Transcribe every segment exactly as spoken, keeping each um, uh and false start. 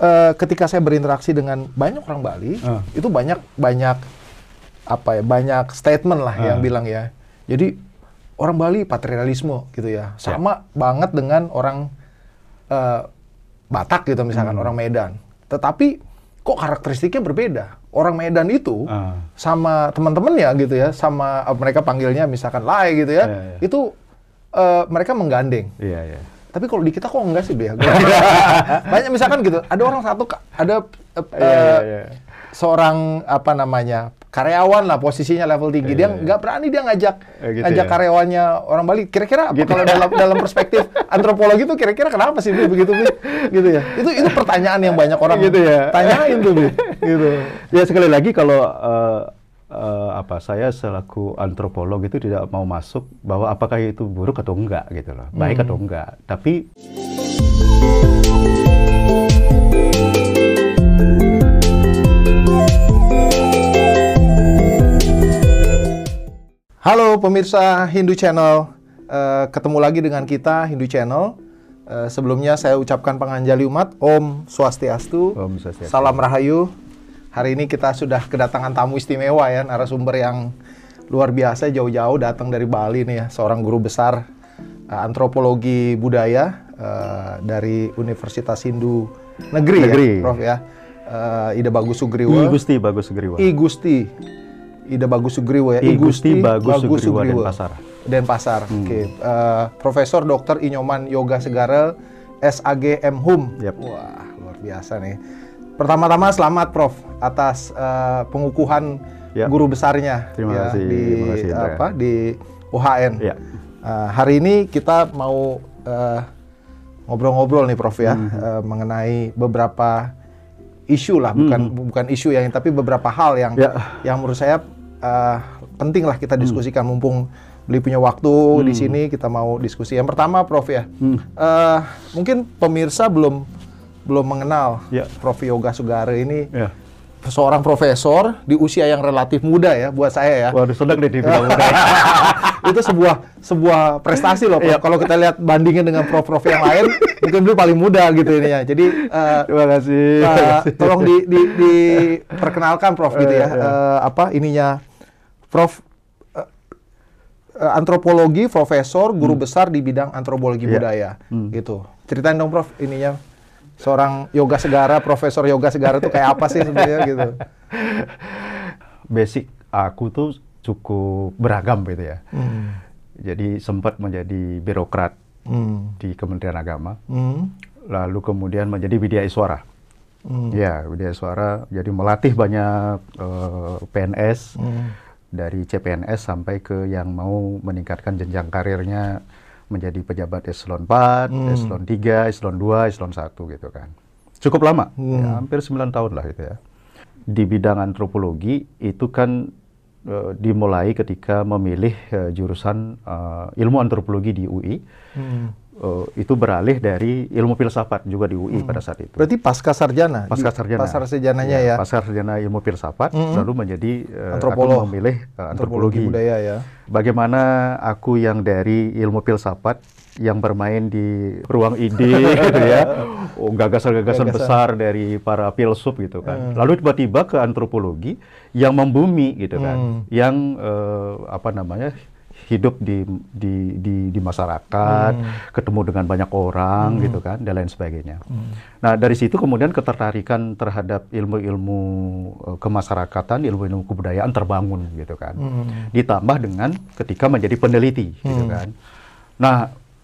uh, ketika saya berinteraksi dengan banyak orang Bali, uh. itu banyak banyak apa ya banyak statement lah uh. yang bilang ya. Jadi orang Bali patrialisme gitu ya, sama yeah. banget dengan orang uh, Batak gitu misalkan, hmm. orang Medan. Tetapi kok karakteristiknya berbeda. Orang Medan itu uh. sama teman-temannya gitu ya, sama uh, mereka panggilnya misalkan Lai gitu ya, yeah, yeah. itu uh, mereka menggandeng. Yeah, yeah. Tapi kalau di kita kok enggak sih, Bea? Banyak misalkan gitu, ada orang satu, ada uh, yeah, yeah, yeah. seorang apa namanya karyawan lah, posisinya level tinggi, yeah, dia nggak yeah. berani dia ngajak uh, gitu ngajak ya? karyawannya orang Bali. Kira-kira apa gitu. Kalau dalam dalam perspektif antropologi itu kira-kira kenapa sih Bi, begitu Bi? Gitu ya? Itu itu pertanyaan yang banyak orang gitu ya? tanyain tuh Bi. Gitu. Ya sekali lagi kalau uh, uh, apa saya selaku antropolog itu tidak mau masuk bahwa apakah itu buruk atau enggak gitu loh, baik hmm. atau enggak. Tapi halo pemirsa Hindu Channel, uh, ketemu lagi dengan kita Hindu Channel. Uh, sebelumnya saya ucapkan panganjali umat, Om Swastiastu, Om Swastiastu. Salam Rahayu. Hari ini kita sudah kedatangan tamu istimewa ya, narasumber yang luar biasa, jauh-jauh datang dari Bali nih ya, seorang guru besar uh, antropologi budaya uh, dari Universitas Hindu Negeri, Negeri. ya, Prof ya, uh, Ida Bagus Sugriwa. I Gusti Bagus Sugriwa. I Gusti. Ida Bagus Sugriwa ya. I Gusti Bagus, Bagus Sugriwa, Sugriwa Denpasar. Denpasar. Hmm. Oke. Okay. Uh, Profesor Doktor Inyoman Yoga Segara, S A G M Hum. Yep. Wah, luar biasa nih. Pertama-tama selamat Prof atas uh, pengukuhan yep. guru besarnya terima ya, kasih, di terima kasih, apa di U H N. Yep. Uh, hari ini kita mau uh, ngobrol-ngobrol nih Prof ya, hmm. uh, mengenai beberapa isu lah, bukan hmm. bukan isu yang tapi beberapa hal yang yeah. yang menurut saya uh, penting lah kita diskusikan, hmm. mumpung beli punya waktu hmm. di sini, kita mau diskusi. Yang pertama Prof ya, hmm. uh, mungkin pemirsa belum belum mengenal yeah. Prof Yoga Segara ini yeah. seorang profesor di usia yang relatif muda ya buat saya ya. Waduh, sedang deh dibilang muda. Itu sebuah sebuah prestasi loh Prof. Yeah. Kalau kita lihat bandingin dengan prof-prof yang lain, mungkin dulu paling muda gitu ini ya. Jadi uh, terima kasih. Uh, tolong di, di, diperkenalkan Prof gitu ya. Uh, apa ininya Prof uh, uh, antropologi, profesor, guru hmm. besar di bidang antropologi yeah. budaya hmm. gitu. Ceritain dong Prof ininya. Seorang yoga segara, profesor yoga segara itu kayak apa sih sebenarnya gitu? Basic aku tuh cukup beragam gitu ya. Hmm. Jadi sempat menjadi birokrat hmm. di Kementerian Agama, hmm. lalu kemudian menjadi Widya Iswara. Hmm. Ya, Widya Iswara jadi melatih banyak uh, P N S hmm. dari C P N S sampai ke yang mau meningkatkan jenjang karirnya menjadi pejabat eselon empat, hmm. eselon tiga, eselon dua, eselon satu gitu kan. Cukup lama, hmm. ya, hampir sembilan tahun lah itu ya. Di bidang antropologi itu kan uh, dimulai ketika memilih uh, jurusan uh, ilmu antropologi di U I. Hmm. Uh, itu beralih dari ilmu filsafat juga di U I hmm. pada saat itu. Berarti pasca sarjana? Pasca sarjana. Pasca sarjananya ya? ya? Pasca sarjana ilmu filsafat, hmm. lalu menjadi uh, antropolog. Aku memilih uh, antropologi. antropologi budaya ya. Bagaimana aku yang dari ilmu filsafat, yang bermain di ruang ide gitu ya, oh, gagasan-gagasan besar dari para filsuf gitu kan. Hmm. Lalu tiba-tiba ke antropologi yang membumi gitu kan, hmm. yang uh, apa namanya, hidup di di di, di masyarakat, hmm. ketemu dengan banyak orang hmm. gitu kan, dan lain sebagainya. Hmm. Nah dari situ kemudian ketertarikan terhadap ilmu-ilmu uh, kemasyarakatan, ilmu-ilmu kebudayaan terbangun gitu kan. Hmm. Ditambah dengan ketika menjadi peneliti hmm. gitu kan. Nah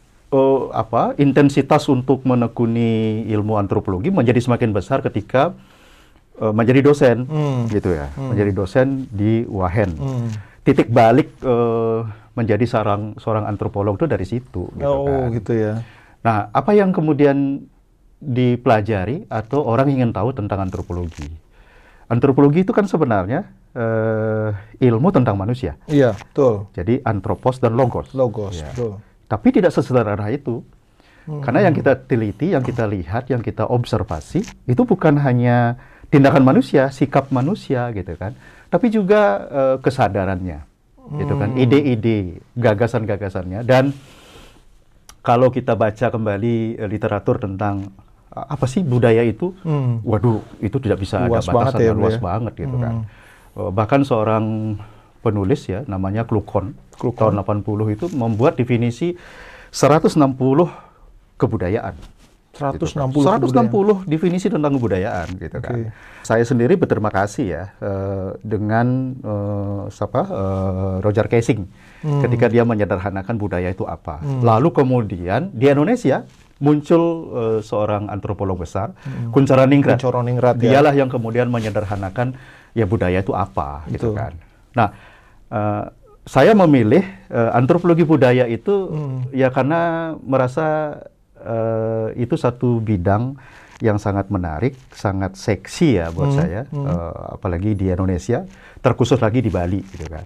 uh, apa intensitas untuk menekuni ilmu antropologi menjadi semakin besar ketika uh, menjadi dosen hmm. gitu ya, hmm. menjadi dosen di U H N. Hmm. Titik balik uh, menjadi seorang seorang antropolog itu dari situ gitu oh, kan. gitu ya. Nah, apa yang kemudian dipelajari atau orang ingin tahu tentang antropologi? Antropologi itu kan sebenarnya uh, ilmu tentang manusia. Iya, betul. Jadi antropos dan logos. Logos, ya. betul. Tapi tidak sesederhana itu. Hmm. Karena yang kita teliti, yang kita lihat, yang kita observasi itu bukan hanya tindakan manusia, sikap manusia gitu kan, tapi juga uh, kesadarannya. Gitu kan, ide-ide, gagasan-gagasannya. Dan kalau kita baca kembali literatur tentang apa sih budaya itu? Hmm. Waduh, itu tidak bisa Luas ada batasan, banget ya, luas ya? banget gitu Hmm. kan. Uh, bahkan seorang penulis ya, namanya Klukon, Klukon. tahun delapan puluh itu membuat definisi seratus enam puluh kebudayaan. seratus enam puluh, gitu kan. seratus enam puluh definisi tentang kebudayaan gitu okay. kan. Saya sendiri berterima kasih ya uh, dengan uh, siapa uh, Roger Casing hmm. ketika dia menyederhanakan budaya itu apa. Hmm. Lalu kemudian di Indonesia muncul uh, seorang antropolog besar, hmm. Kuncharaningrat. Kuncharaningrat, Dialah ya. yang kemudian menyederhanakan ya budaya itu apa Betul. gitu kan. Nah, uh, saya memilih uh, antropologi budaya itu hmm. ya karena merasa Uh, itu satu bidang yang sangat menarik, sangat seksi ya buat hmm, saya, hmm. Uh, apalagi di Indonesia, terkhusus lagi di Bali, gitu kan.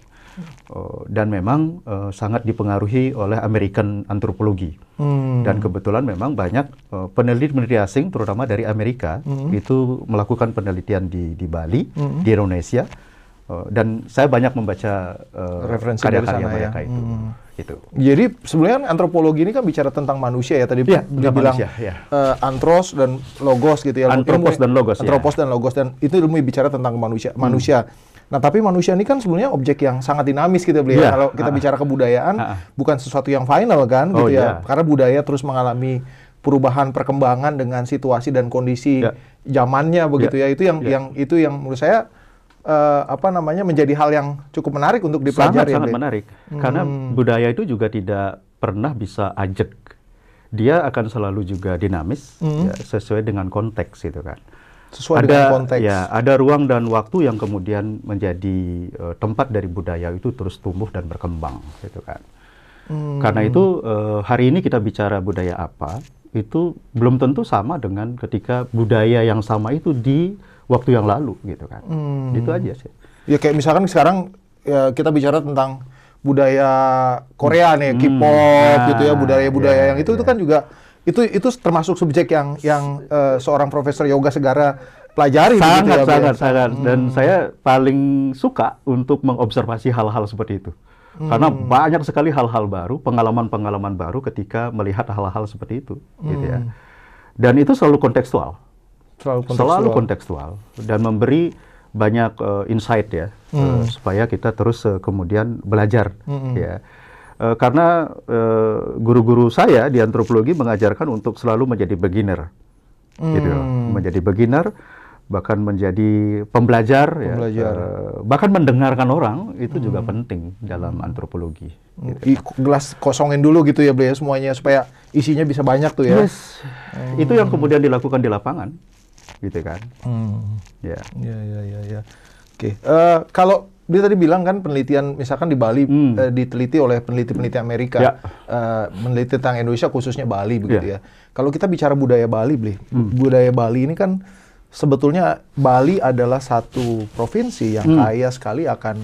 Uh, dan memang uh, sangat dipengaruhi oleh American Anthropology. Hmm. Dan kebetulan memang banyak uh, peneliti-peneliti asing, terutama dari Amerika, hmm. itu melakukan penelitian di, di Bali, hmm. di Indonesia. Uh, dan saya banyak membaca uh, karya-karya mereka ya. itu. Hmm. Gitu. Jadi sebenarnya antropologi ini kan bicara tentang manusia ya, tadi ya, dia bilang manusia, ya. uh, antros dan logos gitu ya. Antropos dan logos. Antropos ya. dan logos, dan itu ilmu bicara tentang manusia. Hmm. manusia. Nah, tapi manusia ini kan sebenarnya objek yang sangat dinamis gitu ya. ya. Kalau kita ha. bicara kebudayaan, ha. bukan sesuatu yang final kan, oh, gitu ya. ya. Karena budaya terus mengalami perubahan perkembangan dengan situasi dan kondisi ya. zamannya begitu ya. ya. Itu yang ya. yang itu yang menurut saya Uh, apa namanya menjadi hal yang cukup menarik untuk dipelajari. Sangat, sangat menarik. Hmm. Karena budaya itu juga tidak pernah bisa ajek. Dia akan selalu juga dinamis, hmm. ya, sesuai dengan konteks gitu kan. Sesuai ada, dengan konteks. Ya, ada ruang dan waktu yang kemudian menjadi uh, tempat dari budaya itu terus tumbuh dan berkembang gitu kan. Hmm. Karena itu uh, hari ini kita bicara budaya apa, itu belum tentu sama dengan ketika budaya yang sama itu di waktu yang lalu gitu kan. Hmm. Itu aja sih. Ya kayak misalkan sekarang ya kita bicara tentang budaya Korea nih, hmm. K-pop nah, gitu ya, budaya-budaya yeah, yang itu yeah. itu kan juga itu itu termasuk subjek yang yang uh, seorang profesor Yoga Segara pelajari. Sangat gitu ya, sangat sangat hmm. dan saya paling suka untuk mengobservasi hal-hal seperti itu. Hmm. Karena banyak sekali hal-hal baru, pengalaman-pengalaman baru ketika melihat hal-hal seperti itu hmm. gitu ya. Dan itu selalu kontekstual. Selalu kontekstual. Selalu kontekstual dan memberi banyak uh, insight ya hmm. uh, supaya kita terus uh, kemudian belajar hmm. ya uh, karena uh, guru-guru saya di antropologi mengajarkan untuk selalu menjadi beginner hmm. gitu menjadi beginner bahkan menjadi pembelajar, pembelajar. Ya, uh, bahkan mendengarkan orang itu hmm. juga penting dalam antropologi. Gitu. Gelas kosongin dulu gitu ya, Ble, semuanya supaya isinya bisa banyak tuh ya. Yes. Hmm. Itu yang kemudian dilakukan di lapangan. Gitu kan. Hmm. Ya. Ya, ya, ya, ya. Oke. Uh, kalau dia tadi bilang kan penelitian misalkan di Bali hmm. uh, diteliti oleh peneliti-peneliti Amerika, ya. uh, meneliti tentang Indonesia khususnya Bali begitu ya. ya. Kalau kita bicara budaya Bali, Bli, hmm. budaya Bali ini kan sebetulnya Bali adalah satu provinsi yang hmm. kaya sekali akan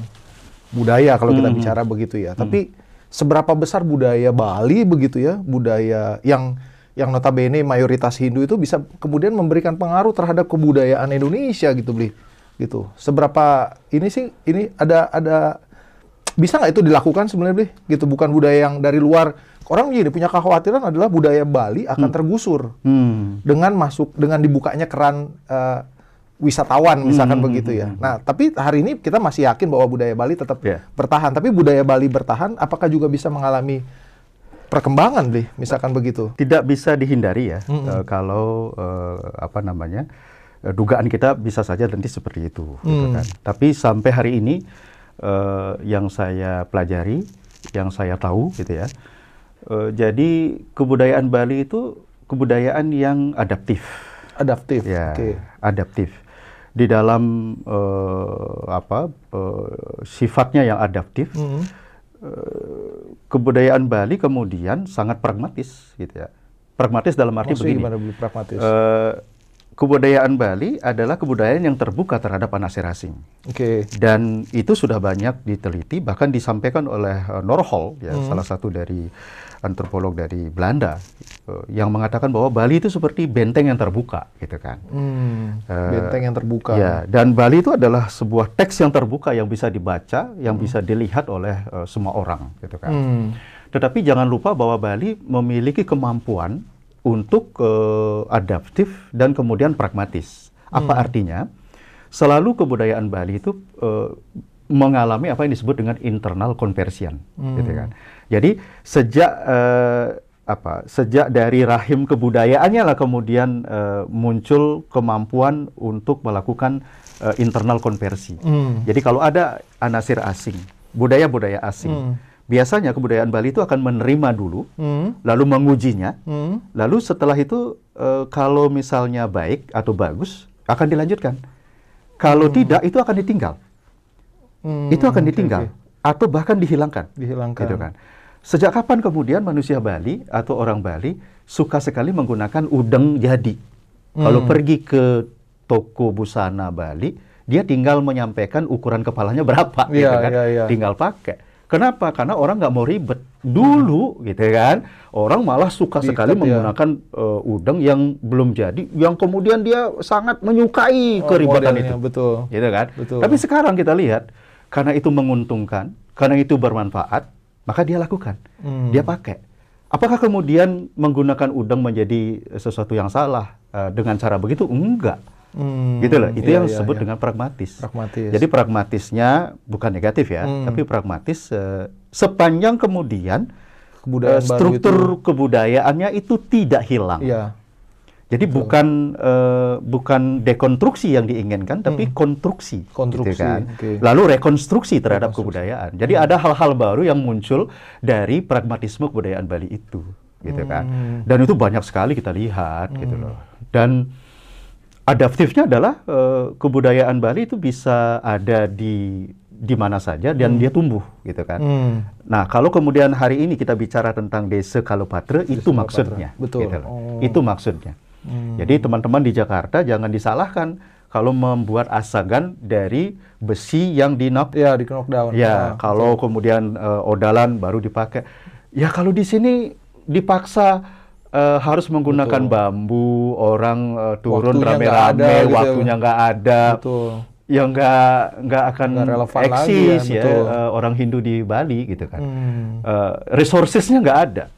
budaya kalau kita hmm. bicara begitu ya. Hmm. Tapi seberapa besar budaya Bali begitu ya, budaya yang yang notabene mayoritas Hindu itu bisa kemudian memberikan pengaruh terhadap kebudayaan Indonesia gitu, Bli. Gitu. Seberapa ini sih ini ada ada bisa nggak itu dilakukan sebenarnya, Bli? Gitu, bukan budaya yang dari luar. Orang begini punya kekhawatiran adalah budaya Bali akan hmm. tergusur hmm. dengan masuk dengan dibukanya keran uh, wisatawan misalkan hmm. begitu ya. Nah, tapi hari ini kita masih yakin bahwa budaya Bali tetap yeah. bertahan. Tapi budaya Bali bertahan, apakah juga bisa mengalami perkembangan, Bli, misalkan begitu? Tidak bisa dihindari ya, mm-hmm. uh, kalau uh, apa namanya uh, dugaan kita bisa saja nanti seperti itu. Mm. Gitu kan. Tapi sampai hari ini uh, yang saya pelajari, yang saya tahu, gitu ya. Uh, jadi kebudayaan Bali itu kebudayaan yang adaptif. Adaptif. Ya, okay. adaptif. Di dalam uh, apa uh, sifatnya yang adaptif. Mm-hmm. Uh, kebudayaan Bali kemudian sangat pragmatis gitu ya. Pragmatis dalam arti Maksudnya begini. Pragmatis? Uh, kebudayaan Bali adalah kebudayaan yang terbuka terhadap penasir asing. Oke. Okay. Dan itu sudah banyak diteliti, bahkan disampaikan oleh uh, Norhol, ya, hmm. salah satu dari antropolog dari Belanda, uh, yang mengatakan bahwa Bali itu seperti benteng yang terbuka, gitu kan. Hmm. Uh, benteng yang terbuka. Ya, dan Bali itu adalah sebuah teks yang terbuka yang bisa dibaca, yang hmm. bisa dilihat oleh uh, semua orang, gitu kan. Hmm. Tetapi jangan lupa bahwa Bali memiliki kemampuan untuk uh, adaptif dan kemudian pragmatis. Apa hmm. artinya? Selalu kebudayaan Bali itu uh, mengalami apa yang disebut dengan internal conversion, hmm. gitu kan. Jadi sejak uh, apa? Sejak dari rahim kebudayaannya lah kemudian uh, muncul kemampuan untuk melakukan uh, internal konversi. Hmm. Jadi kalau ada anasir asing, budaya-budaya asing, hmm. biasanya kebudayaan Bali itu akan menerima dulu, hmm. lalu mengujinya, hmm. lalu setelah itu uh, kalau misalnya baik atau bagus akan dilanjutkan. Kalau hmm. tidak, itu akan ditinggal. Hmm, itu akan ditinggal. Okay, okay. Atau bahkan dihilangkan. Dihilangkan. Gitu kan. Sejak kapan kemudian manusia Bali atau orang Bali suka sekali menggunakan udeng jadi? Hmm. Kalau pergi ke toko busana Bali, dia tinggal menyampaikan ukuran kepalanya berapa. Yeah, gitu kan. yeah, yeah. Tinggal pakai. Kenapa? Karena orang nggak mau ribet. Dulu, hmm. gitu kan, orang malah suka Diikat, sekali ya. menggunakan uh, udeng yang belum jadi, yang kemudian dia sangat menyukai oh, keribatan modelnya, itu. Betul. Gitu kan? Betul. Tapi sekarang kita lihat, karena itu menguntungkan, karena itu bermanfaat, maka dia lakukan. Hmm. Dia pakai. Apakah kemudian menggunakan udeng menjadi sesuatu yang salah uh, dengan cara begitu? Enggak. Hmm, gitu loh, itu iya, yang disebut iya, dengan pragmatis. pragmatis. Jadi pragmatisnya bukan negatif ya, hmm. tapi pragmatis uh, sepanjang kemudian uh, struktur itu... kebudayaannya itu tidak hilang. Iya. Jadi betul. bukan uh, bukan dekonstruksi yang diinginkan, tapi hmm. konstruksi. Konstruksi. Gitu kan? Okay. Lalu rekonstruksi terhadap rekonstruksi. kebudayaan. Jadi hmm. ada hal-hal baru yang muncul dari pragmatisme kebudayaan Bali itu, gitu hmm. kan? Dan itu banyak sekali kita lihat, hmm. gitu loh. Dan adaptifnya adalah uh, kebudayaan Bali itu bisa ada di di mana saja dan hmm. dia tumbuh, gitu kan. Hmm. Nah, kalau kemudian hari ini kita bicara tentang Desa Kalopatre, itu Desa maksudnya. Kalopatre. Betul. Gitu oh. Itu maksudnya. Hmm. Jadi teman-teman di Jakarta jangan disalahkan kalau membuat asagan dari besi yang di knock, ya, di knockdown. Ya, ah, kalau betul. kemudian uh, odalan baru dipakai. Ya kalau di sini dipaksa Uh, harus menggunakan betul. bambu, orang uh, turun rame-rame, waktunya nggak ada, gitu. yang nggak nggak akan nggak eksis ya, ya uh, orang Hindu di Bali gitu kan. Hmm. Uh, resourcesnya nggak ada.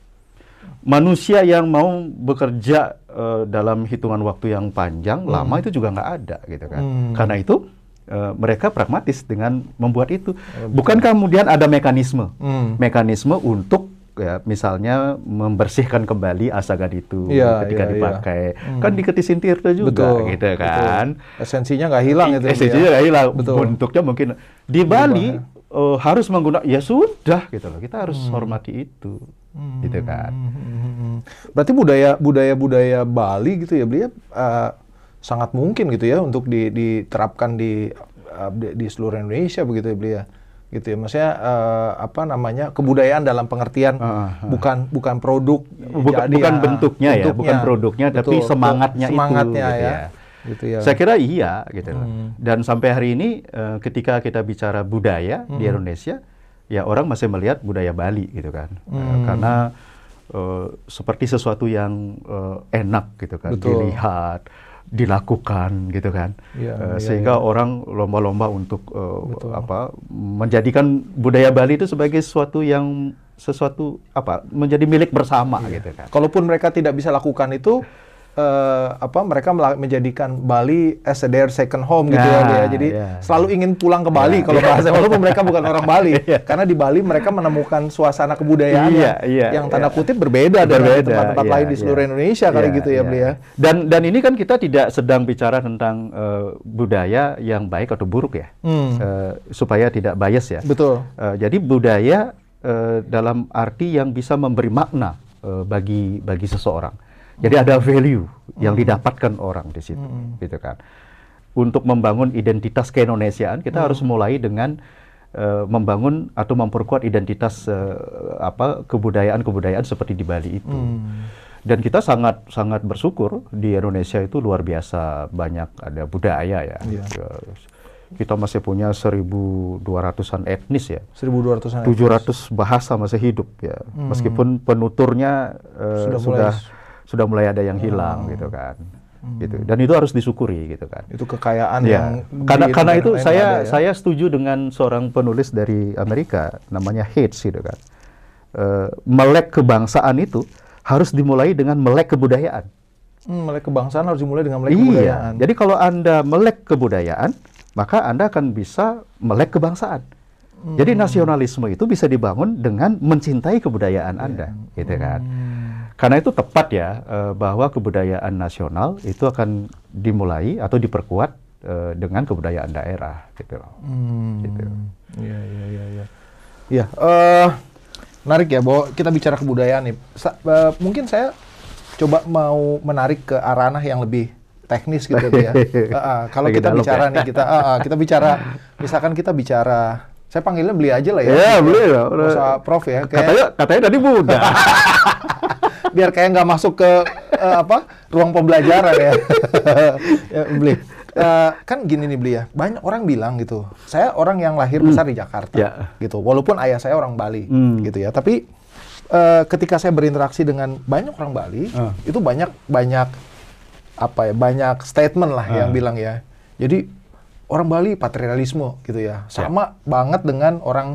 Manusia yang mau bekerja uh, dalam hitungan waktu yang panjang, hmm. lama itu juga nggak ada gitu kan. Hmm. Karena itu uh, mereka pragmatis dengan membuat itu. Ya, bukan kemudian ada mekanisme, hmm. mekanisme untuk ya, misalnya membersihkan kembali asagan itu ya, ketika ya, dipakai, ya. Hmm. kan diketisin tirta juga, betul, gitu kan. Betul. Esensinya nggak hilang itu. Esensinya nggak ya. hilang. Betul. Bentuknya mungkin di Bali uh, harus menggunakan, ya sudah, gitu loh. Kita harus hmm. hormati itu, hmm. gitu kan. Hmm. Berarti budaya budaya budaya Bali gitu ya, beliau uh, sangat mungkin gitu ya untuk di, diterapkan di, uh, di di seluruh Indonesia begitu ya, beliau. Gitu ya, maksudnya uh, apa namanya kebudayaan dalam pengertian uh, uh. bukan bukan produk, bukan, jadi bukan ya, bentuknya, bentuknya ya, bukan produknya, betul, tapi semangatnya, semangatnya itu, ya. Gitu ya. Gitu ya. Saya kira iya, gitu. Hmm. Dan sampai hari ini uh, ketika kita bicara budaya hmm. di Indonesia, ya orang masih melihat budaya Bali, gitu kan, hmm. uh, karena uh, seperti sesuatu yang uh, enak, gitu kan, betul. dilihat. dilakukan gitu kan, ya, uh, ya, sehingga ya. orang lomba-lomba untuk uh, apa menjadikan budaya Bali itu sebagai sesuatu yang sesuatu apa menjadi milik bersama ya. gitu kan. Kalaupun mereka tidak bisa lakukan itu, uh, apa mereka menjadikan Bali as their second home gitu ya, ya. Jadi ya. selalu ingin pulang ke Bali ya, kalau ya. bahasa walaupun mereka bukan orang Bali, ya. karena di Bali mereka menemukan suasana kebudayaan ya, ya, yang tanda ya. kutip berbeda, berbeda dari tempat-tempat ya, lain di seluruh ya. Indonesia kali ya, gitu ya, ya. beliau. Dan dan ini kan kita tidak sedang bicara tentang uh, budaya yang baik atau buruk ya, hmm. uh, supaya tidak bias ya. Betul. Uh, jadi budaya uh, dalam arti yang bisa memberi makna uh, bagi bagi seseorang. Jadi ada value yang hmm. didapatkan orang di situ, hmm. gitu kan. Untuk membangun identitas keindonesiaan, kita hmm. harus mulai dengan uh, membangun atau memperkuat identitas uh, apa kebudayaan-kebudayaan seperti di Bali itu. Hmm. Dan kita sangat sangat bersyukur di Indonesia itu luar biasa banyak ada budaya ya. Yeah. Kita masih punya seribu dua ratusan etnis ya. seribu dua ratusan tujuh ratus bahasa masih hidup ya. Hmm. Meskipun penuturnya uh, sudah, sudah sudah mulai ada yang hilang, hmm. gitu kan, hmm. gitu. Dan itu harus disyukuri, gitu kan. Itu kekayaan ya. yang karena karena itu saya ada, ya? saya setuju dengan seorang penulis dari Amerika namanya Hayes, gitu kan. Uh, melek kebangsaan itu harus dimulai dengan melek kebudayaan. Hmm, melek kebangsaan harus dimulai dengan melek iya. kebudayaan. Jadi kalau Anda melek kebudayaan, maka Anda akan bisa melek kebangsaan. Hmm. Jadi nasionalisme itu bisa dibangun dengan mencintai kebudayaan Anda, yeah. gitu kan. Hmm. Karena itu tepat ya, bahwa kebudayaan nasional itu akan dimulai atau diperkuat dengan kebudayaan daerah, gitu loh. Hmm. Gitu. Iya, iya, iya, iya. Iya, uh, menarik ya, bahwa kita bicara kebudayaan nih. Sa uh, mungkin saya coba mau menarik ke ranah yang lebih teknis gitu ya. uh, uh, kalau kita bicara ya? nih, kita uh, uh, kita bicara, misalkan kita bicara, saya panggilnya Beli aja lah ya. Iya, Beli ya. Usah Prof ya. Kayak, katanya, katanya tadi muda. Biar kayak nggak masuk ke uh, apa ruang pembelajaran ya. Ya, Beli. Uh, kan gini nih Beli ya, banyak orang bilang gitu, saya orang yang lahir hmm. besar di Jakarta, yeah. gitu. Walaupun ayah saya orang Bali, hmm. gitu ya. Tapi uh, ketika saya berinteraksi dengan banyak orang Bali, uh. itu banyak banyak apa ya, banyak statement lah uh. yang bilang ya. Jadi orang Bali patriarkalisme gitu ya, sama yeah. banget dengan orang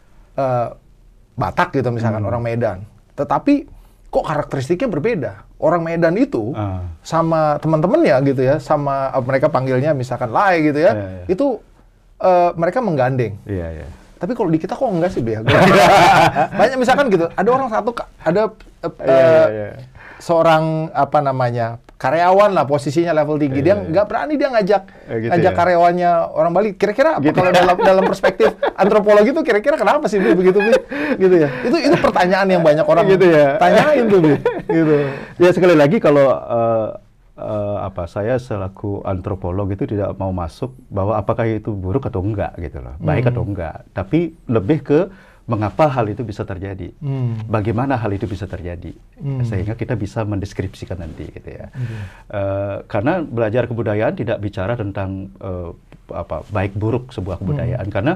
uh, Batak gitu misalkan, hmm. orang Medan. Tetapi kok karakteristiknya berbeda. Orang Medan itu uh. sama teman-temannya gitu ya, sama uh, mereka panggilnya misalkan Lai gitu ya, yeah, yeah. itu uh, mereka menggandeng. Yeah, yeah. Tapi kalau di kita kok enggak sih, Bea? Banyak misalkan gitu, ada orang satu, ada uh, yeah, yeah, yeah. seorang apa namanya karyawan lah, posisinya level tinggi, yeah, dia nggak yeah. berani dia ngajak uh, gitu ngajak ya? Karyawannya orang Bali. Kira-kira apa gitu. Kalau dalam dalam perspektif antropologi itu kira-kira kenapa sih Bi, begitu Bi? Gitu ya? Itu itu pertanyaan yang banyak orang gitu ya? tanyain tuh Bi. Gitu. Ya sekali lagi kalau uh, uh, apa saya selaku antropolog itu tidak mau masuk bahwa apakah itu buruk atau enggak gitu loh, baik hmm. atau enggak, tapi lebih ke mengapa hal itu bisa terjadi, hmm. bagaimana hal itu bisa terjadi, hmm. sehingga kita bisa mendeskripsikan nanti gitu ya. Hmm. Uh, karena belajar kebudayaan tidak bicara tentang uh, apa baik buruk sebuah kebudayaan, hmm. karena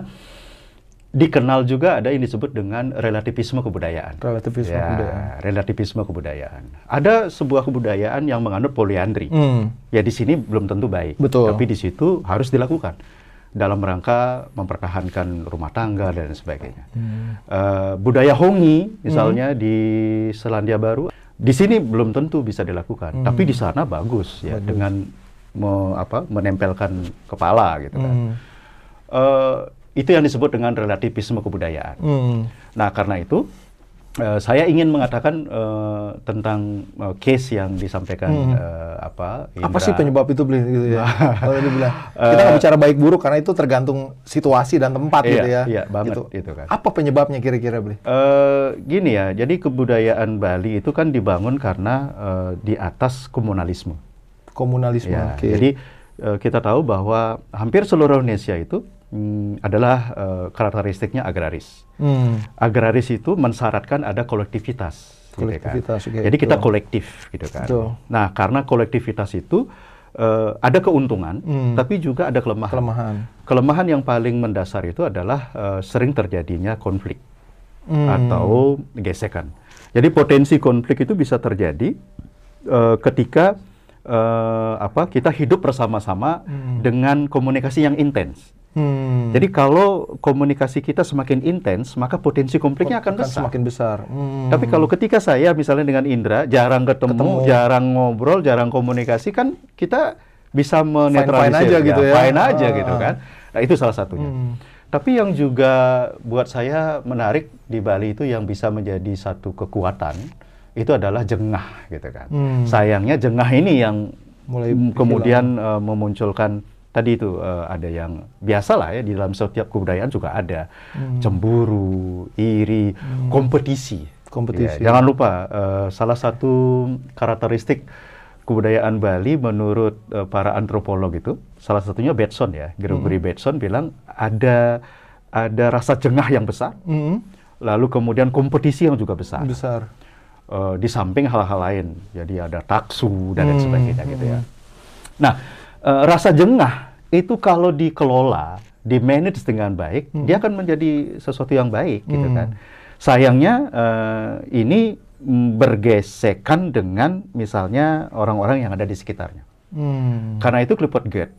dikenal juga ada yang disebut dengan relativisme kebudayaan. Relativisme ya, kebudayaan. Relativisme kebudayaan. Ada sebuah kebudayaan yang menganut poliandri. Hmm. Ya di sini belum tentu baik. Betul. Tapi di situ harus dilakukan dalam rangka mempertahankan rumah tangga dan sebagainya. Hmm. Uh, budaya Hongi misalnya hmm. di Selandia Baru, di sini belum tentu bisa dilakukan. Hmm. Tapi di sana bagus ya bagus. Dengan me, apa, menempelkan kepala gitu kan. Hmm. Uh, Itu yang disebut dengan relativisme kebudayaan. Hmm. Nah, karena itu uh, saya ingin mengatakan uh, tentang uh, case yang disampaikan hmm. uh, apa? Indra. Apa sih penyebab itu, Beli? Gitu ya. Kalau dia bilang kita nggak bicara baik buruk karena itu tergantung situasi dan tempat iya, gitu ya. Iya, banget gitu. Itu kan. Apa penyebabnya kira-kira, Beli? Uh, gini ya, jadi kebudayaan Bali itu kan dibangun karena uh, di atas komunalisme. Komunalisme. Ya, okay. Jadi uh, kita tahu bahwa hampir seluruh Indonesia itu Hmm, adalah uh, karakteristiknya agraris. Hmm. Agraris itu mensyaratkan ada kolektivitas. Kolektivitas, gitu kan. Okay, Jadi kita betul. kolektif, gitu kan. Betul. Nah, karena kolektivitas itu uh, ada keuntungan, hmm. tapi juga ada kelemahan. Kelemahan. Kelemahan yang paling mendasar itu adalah uh, sering terjadinya konflik hmm. atau gesekan. Jadi potensi konflik itu bisa terjadi uh, ketika uh, apa kita hidup bersama-sama hmm. dengan komunikasi yang intens. Hmm. Jadi kalau komunikasi kita semakin intens, maka potensi konfliknya akan, akan besar. Semakin besar. Hmm. Tapi kalau ketika saya misalnya dengan Indra jarang ketemu, ketemu. jarang ngobrol, jarang komunikasi, kan kita bisa menetralisir, fine, fine aja ya, gitu ya, fine aja ah. gitu kan. Nah itu salah satunya. Hmm. Tapi yang juga buat saya menarik di Bali itu yang bisa menjadi satu kekuatan itu adalah jengah gitu kan. Hmm. Sayangnya jengah ini yang mulai kemudian uh, memunculkan tadi itu uh, ada yang biasa lah ya di dalam setiap kebudayaan juga ada hmm. cemburu, iri, hmm. kompetisi. Kompetisi. Ya, jangan lupa uh, salah satu karakteristik kebudayaan Bali menurut uh, para antropolog itu salah satunya Bateson ya, Gregory hmm. Bateson bilang ada ada rasa jengah yang besar, hmm. lalu kemudian kompetisi yang juga besar. Besar. Uh, di samping hal-hal lain, jadi ada taksu dan lain hmm. sebagainya gitu ya. Nah. Uh, rasa jengah itu kalau dikelola, di-manage dengan baik, hmm. dia akan menjadi sesuatu yang baik, gitu hmm. kan. Sayangnya uh, ini bergesekan dengan misalnya orang-orang yang ada di sekitarnya. Hmm. Karena itu Clifford Geertz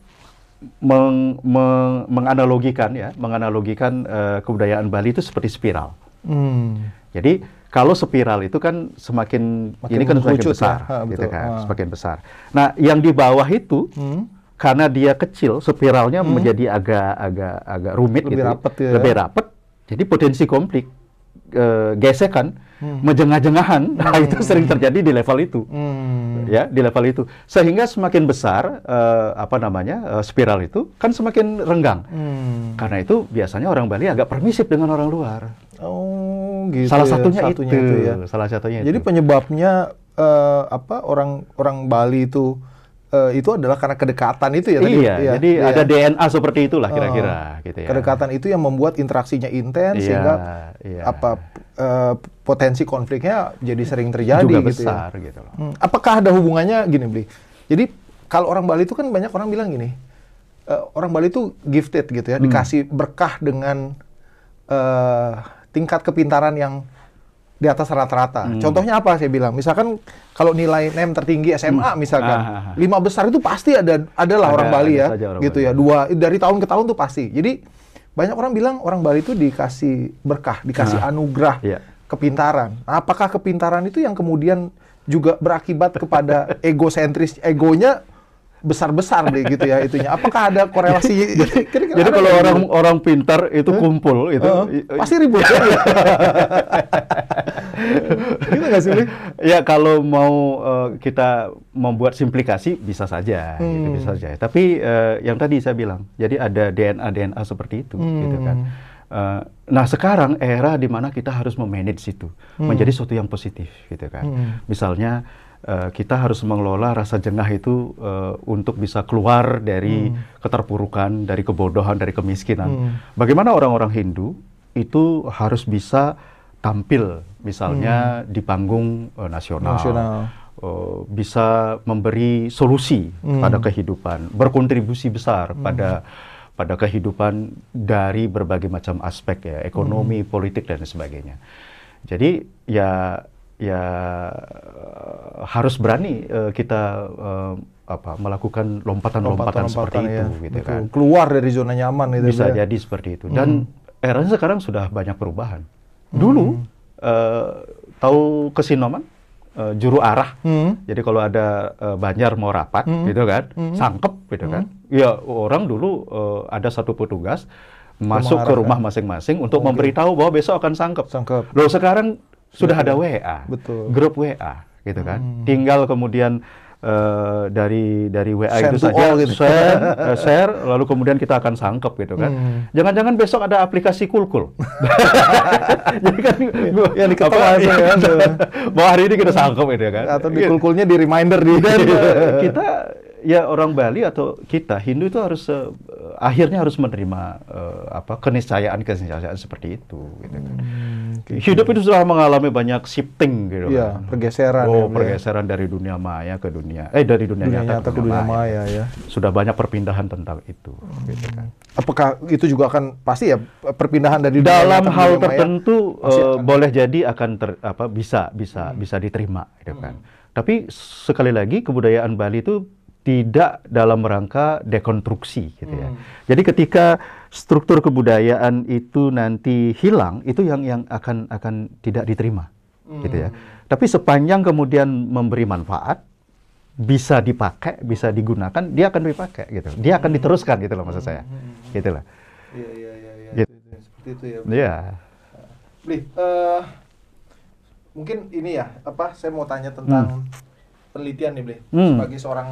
meng, meng, menganalogikan ya, menganalogikan uh, kebudayaan Bali itu seperti spiral. Hmm. Jadi Kalau spiral itu kan semakin Makin ini kan semakin mengerucut besar, ya. Ha, gitu betul. kan, Ah. semakin besar. Nah, yang di bawah itu Hmm. karena dia kecil, spiralnya hmm. menjadi agak-agak agak rumit, Lebih gitu, rapet ya. lebih rapet. Jadi potensi konflik, e, gesekan, hmm. menjengah-jengahan, nah, hmm. itu sering terjadi di level itu. Hmm. Ya, di level itu, sehingga semakin besar uh, apa namanya uh, spiral itu kan semakin renggang. Hmm. Karena itu biasanya orang Bali agak permisif dengan orang luar. Oh, gitu. Salah ya. satunya, satunya itu, itu ya. Salah satunya. Jadi itu. penyebabnya uh, apa orang orang Bali itu uh, itu adalah karena kedekatan itu ya tadi. Iya, ya, jadi ya. ada D N A seperti itulah kira-kira. Uh, gitu ya. Kedekatan itu yang membuat interaksinya intens iya, sehingga iya. apa uh, potensi konfliknya jadi sering terjadi. Juga gitu besar ya. gitu loh. Hmm. Apakah ada hubungannya gini, Bli? Jadi kalau orang Bali itu kan banyak orang bilang gini, uh, orang Bali itu gifted gitu ya, hmm. dikasih berkah dengan uh, tingkat kepintaran yang di atas rata-rata. Hmm. Contohnya apa saya bilang? Misalkan kalau nilai N E M tertinggi S M A hmm. misalkan, ah, lima besar itu pasti ada adalah ada, orang Bali ya, orang gitu Bali. ya. Dua dari tahun ke tahun tuh pasti. Jadi banyak orang bilang orang Bali itu dikasih berkah, dikasih ah. anugerah yeah. kepintaran. Nah, apakah kepintaran itu yang kemudian juga berakibat kepada egosentris, egonya besar-besar deh gitu ya itunya. Apakah ada korelasi? Jadi, jadi kalau gitu? orang orang pintar itu huh? kumpul itu uh, pasti ribut ya. Gitu nggak sih? Ya kalau mau uh, kita membuat simplikasi bisa saja, hmm. gitu, bisa saja. Tapi uh, yang tadi saya bilang, jadi ada D N A D N A seperti itu, hmm. gitu kan. Uh, nah sekarang era di mana kita harus memanage itu hmm. menjadi sesuatu yang positif, gitu kan. Hmm. Misalnya Uh, kita harus mengelola rasa jengah itu uh, untuk bisa keluar dari hmm. keterpurukan, dari kebodohan, dari kemiskinan. Hmm. Bagaimana orang-orang Hindu itu harus bisa tampil, misalnya hmm. di panggung uh, nasional, nasional. Uh, bisa memberi solusi hmm. pada kehidupan, berkontribusi besar hmm. pada pada kehidupan dari berbagai macam aspek ya, ekonomi, hmm. politik dan sebagainya. Jadi ya ya harus berani uh, kita uh, apa melakukan lompatan-lompatan seperti ya, itu gitu kan. Keluar dari zona nyaman itu bisa ya. Jadi seperti itu. Dan hmm. eranya sekarang sudah banyak perubahan. Dulu hmm. uh, tahu Kesinoman uh, juru arah. Hmm. Jadi kalau ada uh, Banjar mau rapat hmm. gitu kan, hmm. sangkep gitu hmm. kan. Ya orang dulu uh, ada satu petugas masuk ke rumah masing-masing untuk okay. memberitahu bahwa besok akan sangkep. Sangkep. Loh sekarang sudah ada W A, betul. Grup W A, gitu kan. Hmm. Tinggal kemudian uh, dari dari W A send itu saja gitu. share, uh, share, lalu kemudian kita akan sangkep, gitu kan. Jangan-jangan hmm. besok ada aplikasi Kulkul. Jadi kan, yang diketok langsung ya, bahwa hari ini kita sangkep, gitu kan. Atau di Kulkulnya di reminder di. Dan uh, kita ya orang Bali atau kita Hindu itu harus uh, akhirnya harus menerima uh, apa keniscayaan keniscayaan seperti itu, gitu kan. Hmm, gitu. Hidup itu sudah mengalami banyak shifting, gitu ya, kan. Pergeseran. Oh, ya, pergeseran ya. dari dunia maya ke dunia eh dari dunia, dunia nyata, nyata ke dunia, dunia maya, ya. Sudah banyak perpindahan tentang itu, hmm. gitu kan. Apakah itu juga akan pasti ya perpindahan dari dalam dunia hal dunia tertentu uh, boleh jadi akan ter, apa bisa bisa hmm. bisa diterima, gitu kan. Hmm. Tapi sekali lagi kebudayaan Bali itu tidak dalam rangka dekonstruksi, gitu ya. Hmm. Jadi ketika struktur kebudayaan itu nanti hilang, itu yang yang akan akan tidak diterima, hmm. gitu ya. Tapi sepanjang kemudian memberi manfaat, bisa dipakai, bisa digunakan, dia akan dipakai, gitu. Dia akan diteruskan, gitu loh maksud saya, hmm. gitu lah. Iya iya iya. Ya. Gitu. Seperti itu ya. Iya. Bli, uh, mungkin ini ya, apa? Saya mau tanya tentang hmm. penelitian nih, Bli. Hmm. Sebagai seorang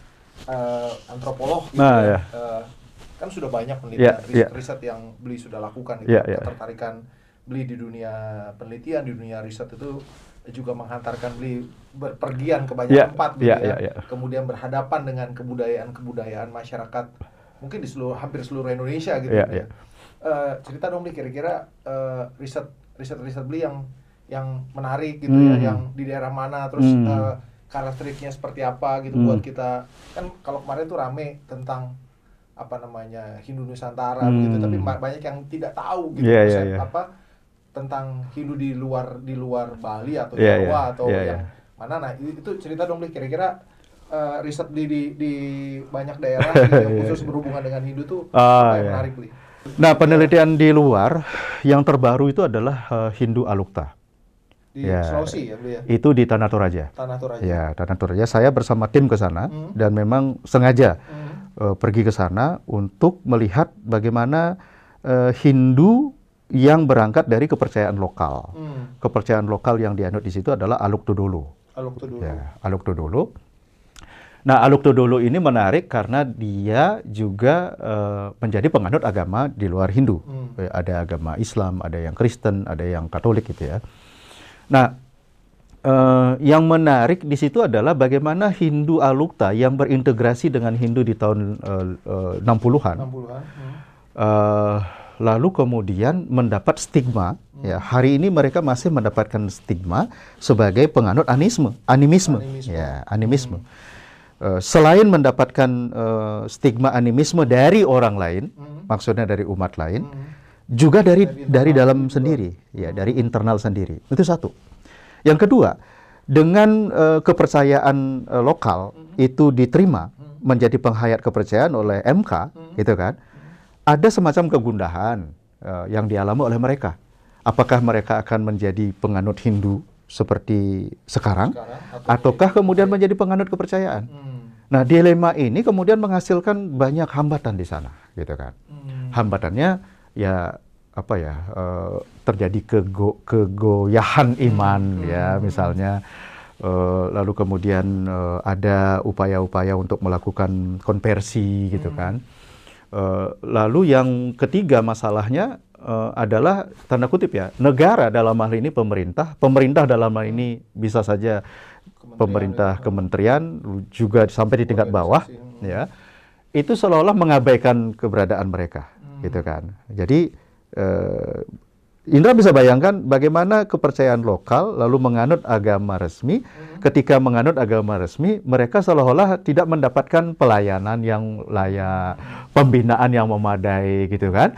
Uh, antropolog gitu nah, ya. Ya. Uh, kan sudah banyak penelitian, yeah, riset-riset yeah. yang Bli sudah lakukan itu, yeah, yeah. ketertarikan Bli di dunia penelitian, di dunia riset itu juga menghantarkan Bli berpergian ke banyak yeah, tempat gitu yeah, ya, yeah, yeah. kemudian berhadapan dengan kebudayaan-kebudayaan masyarakat mungkin di seluruh hampir seluruh Indonesia gitu. Yeah, ya. yeah. Uh, cerita dong Bli kira-kira uh, riset riset-riset Bli yang yang menarik gitu hmm. ya, yang di daerah mana, terus hmm. uh, karakteristiknya seperti apa gitu hmm. buat kita. Kan kalau kemarin tuh rame tentang apa namanya Hindu Nusantara hmm. begitu, tapi banyak yang tidak tahu gitu yeah, konsep yeah, yeah. apa tentang Hindu di luar di luar Bali atau yeah, Jawa yeah. atau yeah, yang yeah. mana. Nah itu cerita dong Bli kira-kira uh, riset di, di di banyak daerah gitu, yang khusus berhubungan dengan Hindu tuh uh, apa yang yeah. menarik Bli? Nah penelitian di luar yang terbaru itu adalah uh, Hindu Alukta. Di ya, Sulawesi ya, ya? Itu di Tanah Toraja. Tanah Toraja. Ya, Tanah Toraja. Saya bersama tim ke sana hmm. dan memang sengaja hmm. uh, pergi ke sana untuk melihat bagaimana uh, Hindu yang berangkat dari kepercayaan lokal. Hmm. Kepercayaan lokal yang dianut di situ adalah Aluk Todolo. Aluk Todolo. Ya, Aluk Todolo. Nah, Aluk Todolo ini menarik karena dia juga uh, menjadi penganut agama di luar Hindu. Hmm. Ada agama Islam, ada yang Kristen, ada yang Katolik gitu ya. Nah, uh, yang menarik di situ adalah bagaimana Hindu Alukta yang berintegrasi dengan Hindu di tahun uh, uh, enam puluhan. enam puluhan. Hmm. Uh, lalu kemudian mendapat stigma. Hmm. Ya, hari ini mereka masih mendapatkan stigma sebagai penganut animisme, animisme. Animisme. Ya, animisme. Hmm. Uh, selain mendapatkan uh, stigma animisme dari orang lain, hmm. maksudnya dari umat lain, hmm. juga dari dari, dari dalam sendiri, juga. Ya dari internal sendiri. Itu satu. Yang kedua, dengan uh, kepercayaan uh, lokal hmm. itu diterima hmm. menjadi penghayat kepercayaan oleh M K, hmm. gitu kan? Hmm. Ada semacam kegundahan uh, yang dialami oleh mereka. Apakah mereka akan menjadi penganut Hindu seperti sekarang, sekarang atau ataukah kemudian menjadi penganut kepercayaan? Hmm. Nah, dilema ini kemudian menghasilkan banyak hambatan di sana, gitu kan? Hmm. Hambatannya ya apa ya uh, terjadi kego kegoyahan iman, hmm. ya misalnya, uh, lalu kemudian uh, ada upaya-upaya untuk melakukan konversi, gitu hmm. kan? Uh, lalu yang ketiga masalahnya Uh, adalah tanda kutip ya, negara dalam hal ini pemerintah, pemerintah dalam hal ini bisa saja kementerian, pemerintah ya. Kementerian juga sampai di tingkat bawah, hmm. ya, itu seolah-olah mengabaikan keberadaan mereka, hmm. gitu kan. Jadi uh, Indra bisa bayangkan bagaimana kepercayaan lokal lalu menganut agama resmi, hmm. ketika menganut agama resmi mereka seolah-olah tidak mendapatkan pelayanan yang layak, pembinaan yang memadai, gitu kan.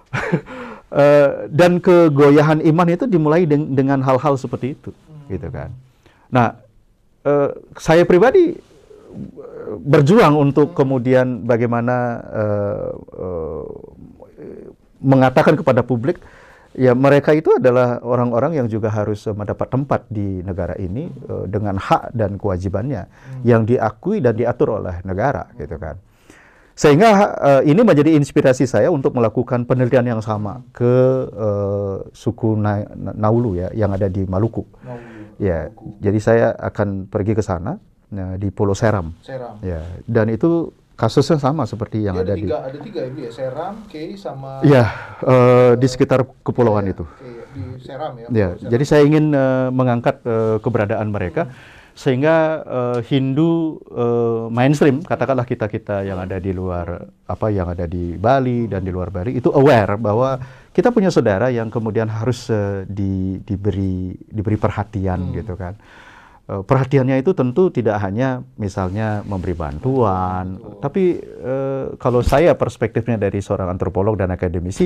Uh, dan kegoyahan iman itu dimulai de dengan hal-hal seperti itu, hmm. gitu kan. Nah, uh, saya pribadi berjuang untuk hmm. kemudian bagaimana uh, uh, mengatakan kepada publik, ya mereka itu adalah orang-orang yang juga harus mendapat tempat di negara ini uh, dengan hak dan kewajibannya hmm. yang diakui dan diatur oleh negara, gitu kan. Sehingga uh, ini menjadi inspirasi saya untuk melakukan penelitian yang sama ke uh, suku Na Naulu ya yang ada di Maluku. Naulu. Ya, Maluku. Jadi saya akan pergi ke sana nah, di Pulau Seram. Seram. Ya, dan itu kasusnya sama seperti yang ada, ada tiga, di. Ada tiga ya, ya Seram, Kei sama. Ya, uh, di sekitar kepulauan ya, itu. Kei, di Seram ya. Ya, Seram. Jadi saya ingin uh, mengangkat uh, keberadaan mereka. Hmm. Sehingga uh, Hindu uh, mainstream, katakanlah kita-kita yang ada di luar, apa yang ada di Bali dan di luar Bali, itu aware bahwa kita punya saudara yang kemudian harus uh, di, diberi diberi perhatian, hmm. gitu kan. Uh, perhatiannya itu tentu tidak hanya misalnya memberi bantuan, oh. tapi uh, kalau saya perspektifnya dari seorang antropolog dan akademisi,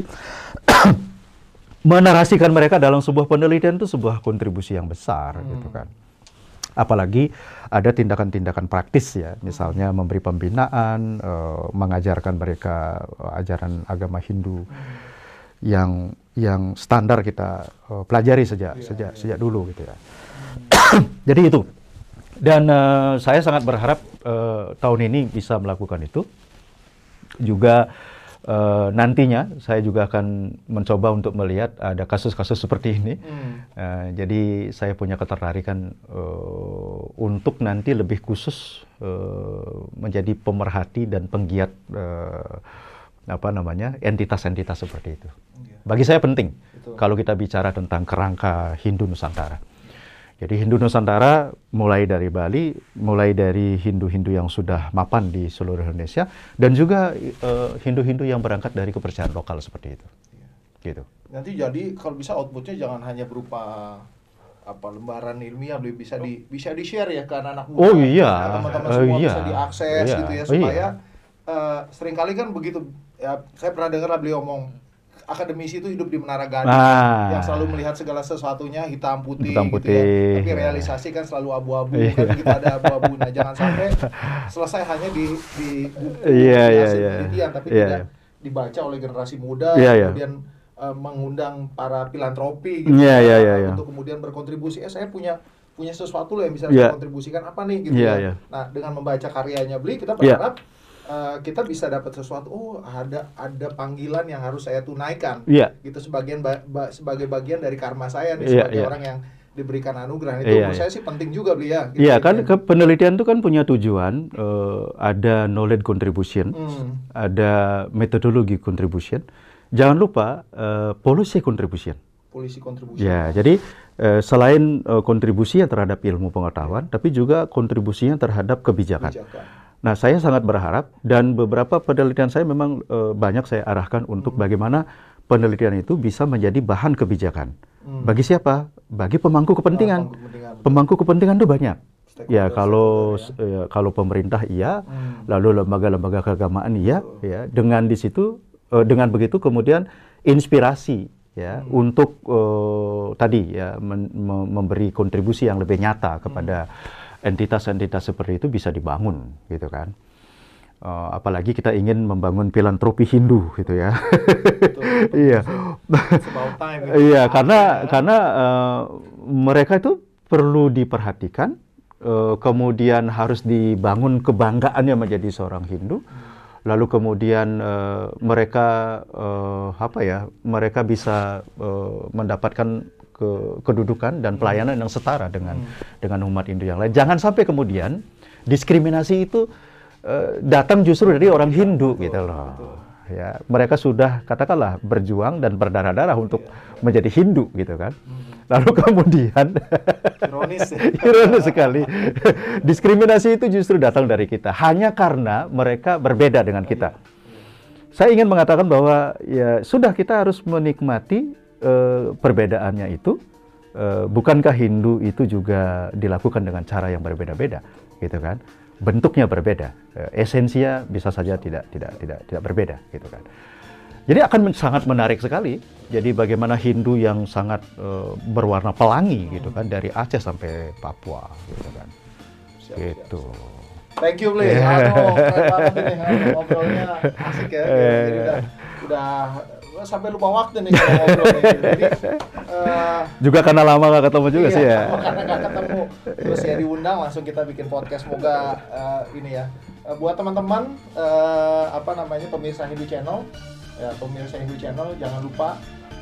menarasikan mereka dalam sebuah penelitian itu sebuah kontribusi yang besar, hmm. gitu kan. Apalagi ada tindakan-tindakan praktis ya, misalnya memberi pembinaan, uh, mengajarkan mereka uh, ajaran agama Hindu hmm. yang yang standar kita uh, pelajari sejak yeah, sejak yeah. sejak dulu gitu ya. Hmm. Jadi itu. Dan uh, saya sangat berharap uh, tahun ini bisa melakukan itu. Juga Uh, nantinya saya juga akan mencoba untuk melihat ada kasus-kasus seperti ini. Hmm. Uh, jadi saya punya ketertarikan uh, untuk nanti lebih khusus uh, menjadi pemerhati dan penggiat uh, apa namanya entitas-entitas seperti itu. Yeah. Bagi saya penting Betul. Kalau kita bicara tentang kerangka Hindu Nusantara. Jadi Hindu Nusantara mulai dari Bali, mulai dari Hindu-Hindu yang sudah mapan di seluruh Indonesia, dan juga Hindu-Hindu uh, yang berangkat dari kepercayaan lokal seperti itu. Ya. Gitu. Nanti jadi kalau bisa outputnya jangan hanya berupa apa lembaran ilmiah, bisa di bisa di share ya ke anak-anak muda. Oh iya. Teman-teman uh, semua iya. bisa diakses iya. gitu ya supaya oh, iya. uh, seringkali kan begitu. Ya, saya pernah dengar beliau ngomong. Akademisi itu hidup di Menara Gading ah. yang selalu melihat segala sesuatunya hitam putih, hitam putih gitu ya. Tapi realisasi kan selalu abu-abu, kan kita ada abu-abu. Nah, jangan sampai selesai hanya di di buku yeah, yeah, yeah. penelitian, tapi yeah, tidak yeah. dibaca oleh generasi muda, yeah, yeah. kemudian uh, mengundang para filantropi gitu yeah, ya, yeah, yeah, yeah. untuk kemudian berkontribusi. Eh saya punya punya sesuatu loh yang bisa yeah. saya kontribusikan apa nih gitu yeah, ya. Yeah. Nah dengan membaca karyanya Bli kita berharap yeah. Uh, kita bisa dapat sesuatu. Oh ada ada panggilan yang harus saya tunaikan. Yeah. Gitu sebagian ba- ba- sebagai bagian dari karma saya nih yeah, sebagai yeah. orang yang diberikan anugerah. Itu yeah, menurut yeah. saya sih penting juga Bli ya. Iya gitu, kan ya. Penelitian itu kan punya tujuan uh, ada knowledge contribution, hmm. ada metodologi contribution. Jangan lupa uh, policy contribution. Policy contribution. Ya, jadi uh, selain uh, kontribusinya terhadap ilmu pengetahuan, tapi juga kontribusinya terhadap kebijakan. kebijakan. Nah, saya sangat berharap dan beberapa penelitian saya memang uh, banyak saya arahkan untuk hmm. bagaimana penelitian itu bisa menjadi bahan kebijakan. Hmm. Bagi siapa? Bagi pemangku kepentingan. Pemangku kepentingan, pemangku kepentingan itu banyak. Ya kalau ya. Ya, kalau pemerintah iya, hmm. lalu lembaga-lembaga keagamaan iya, oh. ya. Dengan di situ, uh, dengan begitu kemudian inspirasi ya hmm. untuk uh, tadi ya men- memberi kontribusi yang lebih nyata kepada hmm. entitas-entitas seperti itu bisa dibangun, gitu kan. Uh, apalagi kita ingin membangun filantropi Hindu, gitu ya. Iya. Iya, karena karena uh, mereka itu perlu diperhatikan, uh, kemudian harus dibangun kebanggaannya menjadi seorang Hindu. Lalu kemudian uh, mereka uh, apa ya? Mereka bisa uh, mendapatkan ke, kedudukan dan pelayanan yang setara dengan hmm. dengan umat Hindu yang lain. Jangan sampai kemudian diskriminasi itu uh, datang justru dari orang Hindu, betul, gitu loh. Betul. Ya, mereka sudah katakanlah berjuang dan berdarah-darah untuk yeah. menjadi Hindu, gitu kan. Hmm. Lalu kemudian ironis, ya? ironis sekali diskriminasi itu justru datang dari kita hanya karena mereka berbeda dengan kita. Yeah. Yeah. Saya ingin mengatakan bahwa ya sudah kita harus menikmati Uh, perbedaannya itu, uh, bukankah Hindu itu juga dilakukan dengan cara yang berbeda-beda, gitu kan? Bentuknya berbeda, uh, esensinya bisa saja tidak tidak tidak tidak berbeda, gitu kan? Jadi akan men- sangat menarik sekali. Jadi bagaimana Hindu yang sangat uh, berwarna pelangi, gitu kan, dari Aceh sampai Papua, gitu kan? Siap, gitu. Siap, siap. Thank you, Bli. Yeah. Aduh, keren banget ini ngobrolnya asik ya. Jadi udah udah sampai lupa waktu nih kalau ngobrol nih. Jadi uh, juga karena lama gak ketemu juga iya, sih ya. Karena gak ketemu, terus ya diundang langsung kita bikin podcast. Semoga uh, ini ya uh, buat teman-teman uh, apa namanya pemirsa Hindu Channel, ya pemirsa Hindu Channel jangan lupa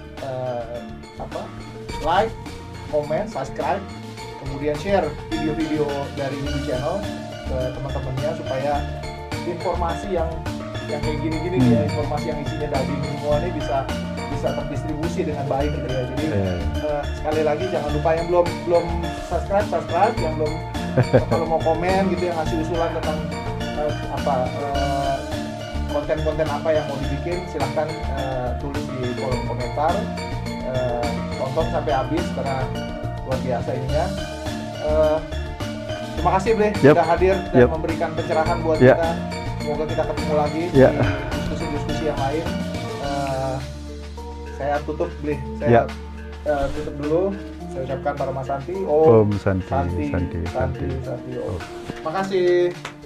uh, apa like, comment, subscribe, kemudian share video-video dari Hindu Channel ke teman-temannya supaya informasi yang yang kayak gini-gini hmm. ya, informasi yang isinya daging semua ini bisa bisa terdistribusi dengan baik gitu ya. Jadi yeah. uh, sekali lagi jangan lupa yang belum belum subscribe subscribe, yang belum kalau mau komen gitu, yang ngasih usulan tentang uh, apa uh, konten-konten apa yang mau dibikin, silahkan uh, tulis di kolom komentar. Uh, tonton sampai habis karena luar biasa ininya. Uh, terima kasih Bre yep. sudah hadir dan yep. memberikan pencerahan buat yeah. kita. Semoga kita ketemu lagi yeah. di diskusi-diskusi yang lain. Uh, saya tutup, Bli. Saya yeah. uh, tutup dulu. Saya ucapkan para Mas Santi. Om, Om Santi, Santi, Santi, Santi, Santi. Santi. Om. Terima kasih.